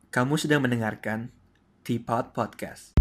Kamu sedang mendengarkan Teapot Podcast.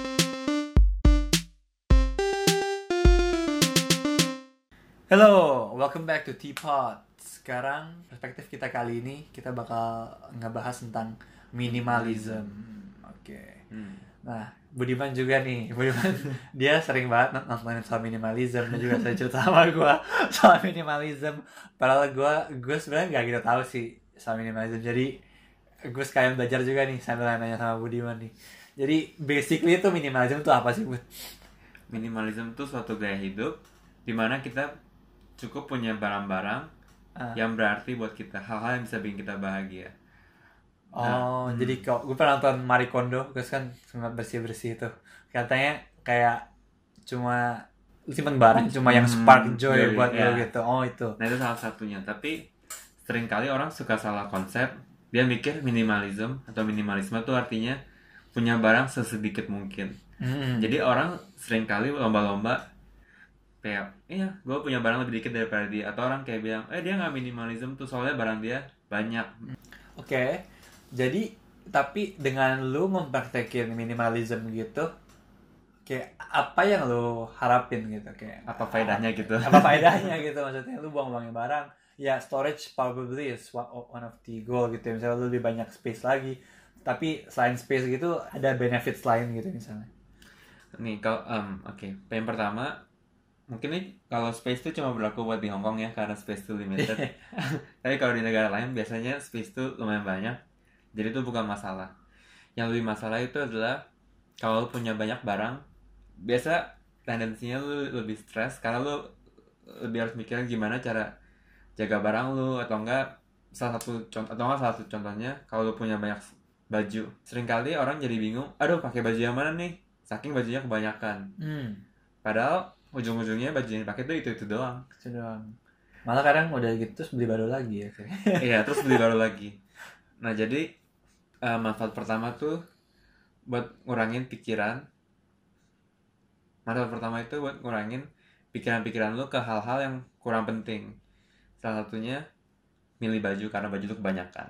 Hello, welcome back to Teapot. Sekarang perspektif kita kali ini kita bakal ngebahas tentang minimalism. Oke. Nah, Budiman juga nih. Budiman dia sering banget nontonin soal minimalism dan juga sering cerita sama gue soal minimalism. Padahal gue sebenarnya nggak gitu tahu sih soal minimalism. Jadi gue sekalian belajar juga nih sambil nanya sama Budiman nih. Jadi basically itu minimalism itu apa sih, Bud? Minimalism itu suatu gaya hidup dimana kita cukup punya barang-barang yang berarti buat kita, hal-hal yang bisa bikin kita bahagia. Jadi kok gue pernah nonton Marie Kondo, terus kan sempat bersih-bersih itu. Katanya kayak cuma simpen barang, cuma yang spark joy buat lo gitu. Oh itu. Nah itu salah satunya. Tapi seringkali orang suka salah konsep. Dia mikir minimalism atau minimalisme itu artinya punya barang sesedikit mungkin. Jadi orang seringkali lomba-lomba kayak, iya gue punya barang lebih dikit daripada dia. Atau orang kayak bilang, dia gak minimalism tuh soalnya barang dia banyak. Oke. Jadi tapi dengan lu mempraktekin minimalism gitu, kayak apa yang lu harapin gitu, kayak apa faedahnya gitu? Apa faedahnya gitu, maksudnya lu buang-buangin barang. Ya storage probably is one of the goal gitu. Misalnya lu lebih banyak space lagi, tapi selain space gitu ada benefits lain gitu misalnya. Nih kalau oke. Yang pertama mungkin nih kalau space itu cuma berlaku buat di Hong Kong ya karena space itu limited. Tapi kalau di negara lain biasanya space itu lumayan banyak. Jadi itu bukan masalah. Yang lebih masalah itu adalah kalau lu punya banyak barang, biasa tendensinya lu lebih stres karena lu lebih harus mikirin gimana cara jaga barang lu, atau enggak salah satu contohnya kalau lu punya banyak baju, seringkali orang jadi bingung, aduh pakai baju yang mana nih, saking bajunya kebanyakan. Padahal ujung-ujungnya baju yang dipakai tuh itu doang. Malah kadang udah gitu terus beli baru lagi ya. Iya, terus beli baru lagi. Nah jadi manfaat pertama tuh buat ngurangin pikiran. Manfaat pertama itu buat ngurangin pikiran-pikiran lu ke hal-hal yang kurang penting. Salah satunya milih baju karena baju lu kebanyakan.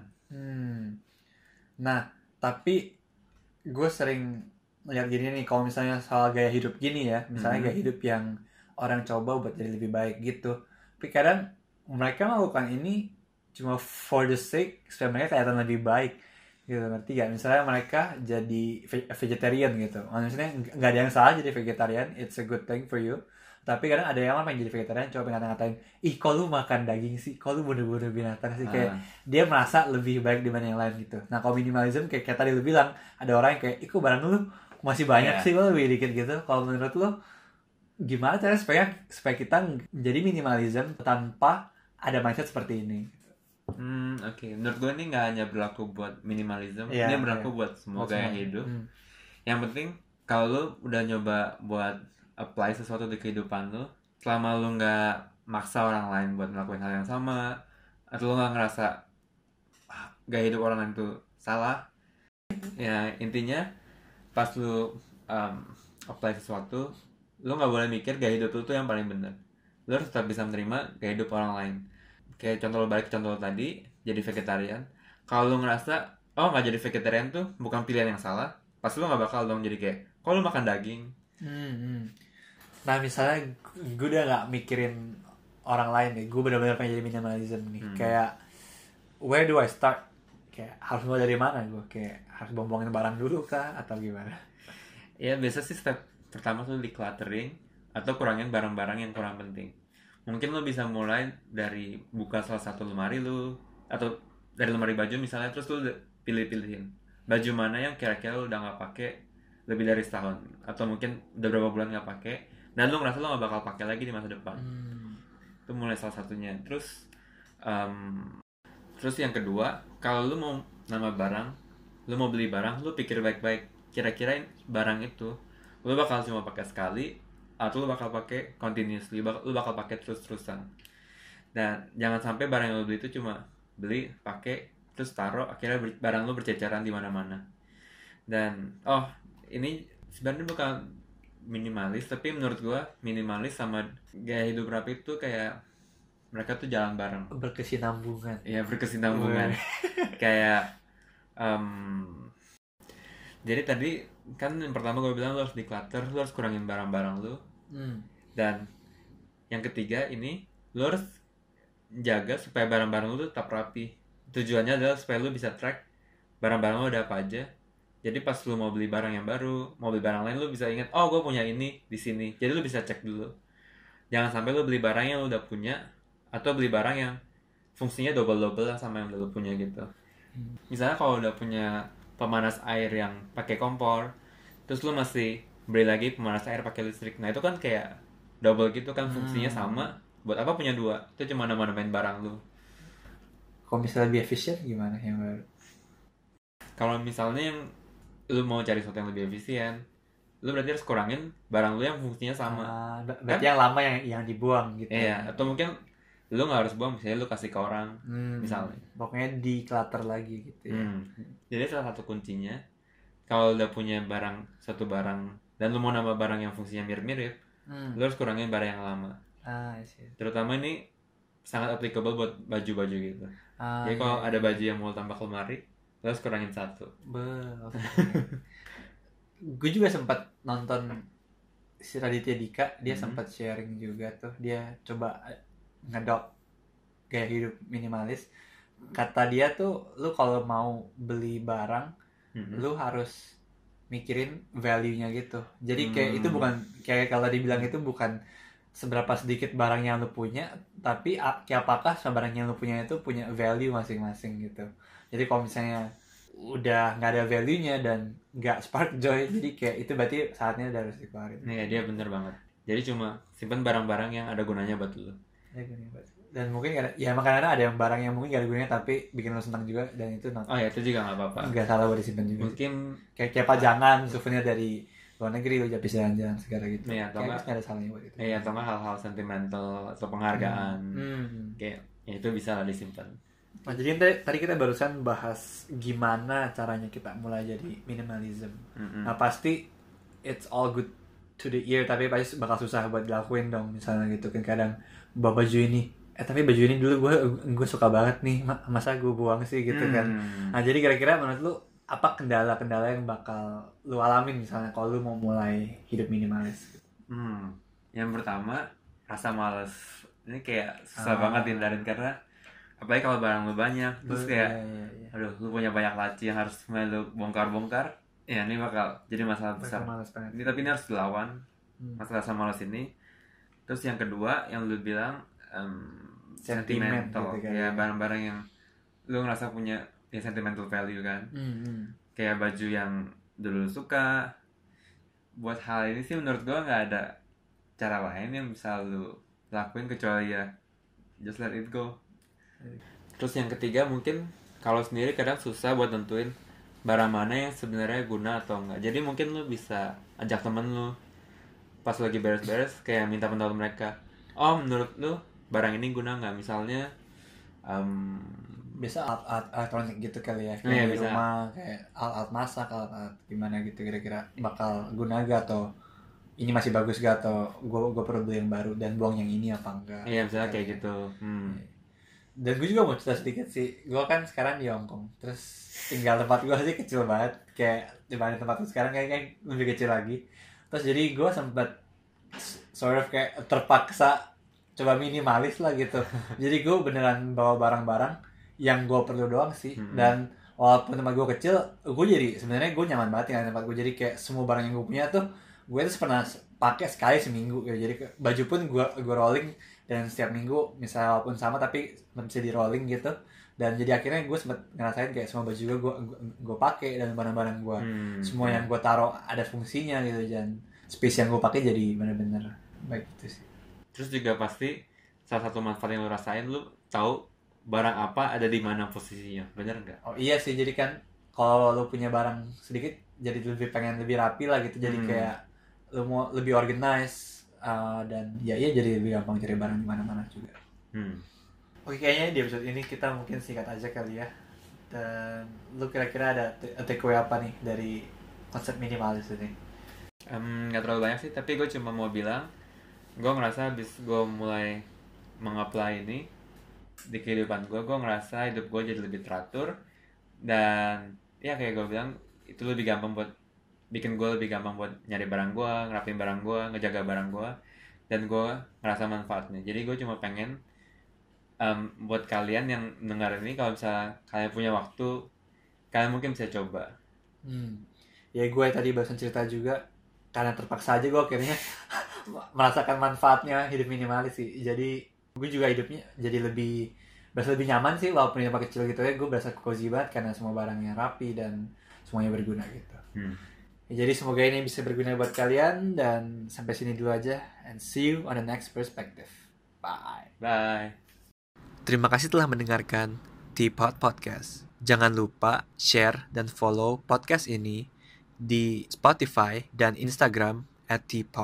Nah, tapi gue sering lihat gini nih, kalau misalnya soal gaya hidup gini ya, misalnya gaya hidup yang orang coba buat jadi lebih baik gitu. Tapi kadang mereka melakukan ini cuma for the sake supaya mereka kelihatan lebih baik gitu, ngerti gak? Misalnya mereka jadi vegetarian gitu, maksudnya nggak ada yang salah jadi vegetarian, it's a good thing for you. Tapi kadang ada yang orang pengen jadi vegetarian coba ngata-ngatain, ih kok lu makan daging sih, kok lu bunuh-bunuh binatang sih, kayak dia merasa lebih baik dibanding yang lain gitu. Nah kalau minimalism kayak tadi lu bilang, ada orang yang kayak, ih kok barang lu masih banyak sih, lo lebih dikit gitu. Kalau menurut lu gimana caranya supaya kita jadi minimalism tanpa ada mindset seperti ini? Oke. Menurut gue ini nggak hanya berlaku buat minimalism, ini berlaku buat semua gaya hidup. Yang penting kalau lu udah nyoba buat apply sesuatu di kehidupan lu, selama lu nggak maksa orang lain buat melakukan hal yang sama, atau lu nggak ngerasa gaya hidup orang lain itu salah, ya intinya pas lu apply sesuatu, lu nggak boleh mikir gaya hidup lu tuh yang paling benar. Lu harus tetap bisa menerima gaya hidup orang lain. Kayak contoh lo tadi, jadi vegetarian. Kalau lu ngerasa nggak jadi vegetarian tuh bukan pilihan yang salah, pasti lu nggak bakal dong jadi kayak, kok lu makan daging. Nah misalnya gue udah nggak mikirin orang lain nih, gue benar-benar pengen jadi minimalism nih. Kayak where do I start? Kayak harus mulai dari mana gue? Kayak harus buang-buangin barang dulu kah atau gimana? Ya biasa sih step pertama tuh decluttering atau kurangin barang-barang yang kurang penting. Mungkin lo bisa mulai dari buka salah satu lemari lo, atau dari lemari baju misalnya, terus lo pilih-pilihin baju mana yang kira-kira lo udah nggak pakai lebih dari setahun, atau mungkin udah berapa bulan nggak pakai dan lo ngerasa lo nggak bakal pakai lagi di masa depan. Itu mulai salah satunya. Terus yang kedua, kalau lo mau nambah barang, lo mau beli barang, lo pikir baik-baik kira-kira barang itu lo bakal cuma pakai sekali atau lo bakal pakai continuously, lo bakal pakai terus-terusan. Dan jangan sampai barang yang lo beli itu cuma beli, pakai, terus taruh, akhirnya barang lo berceceran di mana-mana. Dan ini sebenarnya bukan minimalis, tapi menurut gua minimalis sama gaya hidup rapi itu kayak mereka tuh jalan bareng, Berkesinambungan. Iya, berkesinambungan. Kayak Jadi tadi kan yang pertama gue bilang lu harus declutter, lu harus kurangin barang-barang lu. Dan yang ketiga ini lu harus jaga supaya barang-barang lu tetap rapi. Tujuannya adalah supaya lu bisa track barang-barang lu ada apa aja. Jadi pas lu mau beli barang yang baru, mau beli barang lain, lu bisa ingat, oh gue punya ini di sini. Jadi lu bisa cek dulu. Jangan sampai lu beli barang yang lu udah punya, atau beli barang yang fungsinya double-double lah sama yang lu punya gitu. Misalnya kalau udah punya pemanas air yang pakai kompor, terus lu masih beli lagi pemanas air pakai listrik. Nah itu kan kayak double gitu kan, fungsinya sama. Buat apa punya dua? Itu cuma nama-namain barang lu. Kalau misalnya lebih efisien gimana yang baru? Kalau misalnya yang lu mau cari sesuatu yang lebih efisien, lu berarti harus kurangin barang lu yang fungsinya sama. Berarti kan? Yang lama yang dibuang gitu. Iya, atau mungkin lu nggak harus buang, misalnya lu kasih ke orang, misalnya. Pokoknya declutter lagi gitu ya. Jadi salah satu kuncinya, kalau udah punya satu barang, dan lu mau nambah barang yang fungsinya mirip-mirip, lu harus kurangin barang yang lama. Terutama ini sangat applicable buat baju-baju gitu. Jadi kalau ada baju yang mau tambah ke lemari, lu harus kurangin satu. Gue juga sempat nonton si Raditya Dika, dia sempat sharing juga tuh, dia coba ngedok gaya hidup minimalis. Kata dia tuh, lu kalau mau beli barang, lu harus mikirin value-nya gitu. Jadi kayak itu bukan, kayak kalau dibilang itu bukan seberapa sedikit barang yang lu punya, tapi apakah barang yang lu punya itu punya value masing-masing gitu. Jadi kalau misalnya udah nggak ada value-nya dan nggak spark joy, jadi kayak itu berarti saatnya udah harus dikeluarin. Iya, dia bener banget. Jadi cuma simpan barang-barang yang ada gunanya buat lu. Dan mungkin ya makanya ada yang barang yang mungkin gak ada gunanya tapi bikin lo senang juga, dan itu oh ya, itu juga nggak apa-apa, nggak salah buat disimpan juga. Mungkin kayak pajangan, souvenir dari luar negeri lo bisa jalan-jalan segala gitu. Iya, atau nggak ada salahnya buat itu. Iya, atau nggak hal-hal sentimental atau penghargaan, kayak ya itu bisa lah disimpan. Nah, jadi tadi kita barusan bahas gimana caranya kita mulai jadi minimalism. Nah pasti it's all good to the ear, tapi pasti bakal susah buat dilakuin dong. Misalnya gitu kan, kadang bawa baju ini, tapi baju ini dulu gue suka banget nih, masa gue buang sih gitu kan. Nah jadi kira-kira menurut lu apa kendala-kendala yang bakal lu alamin misalnya kalau lu mau mulai hidup minimalis? Yang pertama, rasa malas. Ini kayak susah banget hindarin, karena apalagi kalau barang lu banyak, terus kayak aduh, lu punya banyak laci yang harus lu bongkar-bongkar. Ya ini bakal jadi masalah besar. Ini tapi ini harus dilawan, masalah sama malas ini. Terus yang kedua yang lu bilang sentimental gitu, ya barang-barang yang lu ngerasa punya ya sentimental value kan. Kayak baju yang dulu suka. Buat hal ini sih menurut gua nggak ada cara lain yang bisa lu lakuin kecuali ya just let it go. Terus yang ketiga mungkin kalau sendiri kadang susah buat nentuin barang mana yang sebenarnya guna atau enggak. Jadi mungkin lu bisa ajak temen lu pas lagi beres-beres, kayak minta pendapat mereka. Oh, menurut lu barang ini guna nggak? Misalnya biasa alat elektronik gitu kali ya, kayak di rumah, kayak alat masak, alat gimana gitu, kira-kira bakal guna gak, atau ini masih bagus gak, atau gue perlu beli yang baru dan buang yang ini apa enggak. Iya, misalnya kayak gitu. Dan gue juga mau cerita sedikit sih. Gue kan sekarang di Hongkong, terus tinggal tempat gue sih kecil banget, kayak dibanding tempat gue sekarang kayak lebih kecil lagi. Terus jadi gue sempet sort of kayak terpaksa coba minimalis lah gitu. Jadi gue beneran bawa barang-barang yang gue perlu doang sih. Dan walaupun tempat gue kecil, gue jadi sebenarnya gue nyaman banget tinggal di tempat gue. Jadi kayak semua barang yang gue punya tuh gue tuh pernah pakai sekali seminggu ya. Jadi baju pun gue rolling, dan setiap minggu misalnya walaupun sama tapi bisa di rolling gitu. Dan jadi akhirnya gue sempet ngerasain kayak semua baju gue pakai, dan barang-barang gue semua yang gue taruh ada fungsinya gitu, dan space yang gue pakai jadi bener-bener baik gitu sih. Terus juga pasti salah satu manfaat yang lo rasain, lo tahu barang apa ada di mana posisinya, bener nggak? Oh iya sih, jadi kan kalau lo punya barang sedikit jadi lebih pengen lebih rapi lah gitu. Jadi kayak lo mau lebih organize, dan ya iya jadi lebih gampang cari barang di mana-mana juga. Oke, kayaknya di episode ini kita mungkin singkat aja kali ya. Dan lu kira-kira ada takeaway apa nih dari konsep minimalis ini? Nggak terlalu banyak sih, tapi gue cuma mau bilang, gue ngerasa abis gue mulai mengapply ini di kehidupan gue ngerasa hidup gue jadi lebih teratur, dan ya kayak gue bilang itu lebih gampang buat bikin gue lebih gampang buat nyari barang gue, ngerapin barang gue, ngejaga barang gue, dan gue ngerasa manfaatnya. Jadi gue cuma pengen buat kalian yang dengar ini, kalau misalnya kalian punya waktu, kalian mungkin bisa coba. Ya gue tadi barusan cerita juga, karena terpaksa aja gue akhirnya merasakan manfaatnya hidup minimalis sih. Jadi gue juga hidupnya jadi berasa lebih nyaman sih, walaupun di tempat kecil gitu ya. Gue berasa cozy banget karena semua barangnya rapi dan semuanya berguna gitu. Ya, jadi semoga ini bisa berguna buat kalian, dan sampai sini dulu aja, and see you on the next perspective. Bye. Terima kasih telah mendengarkan Teapot Podcast. Jangan lupa share dan follow podcast ini di Spotify dan Instagram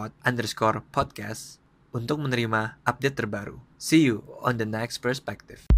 @teapot_podcast untuk menerima update terbaru. See you on the next perspective.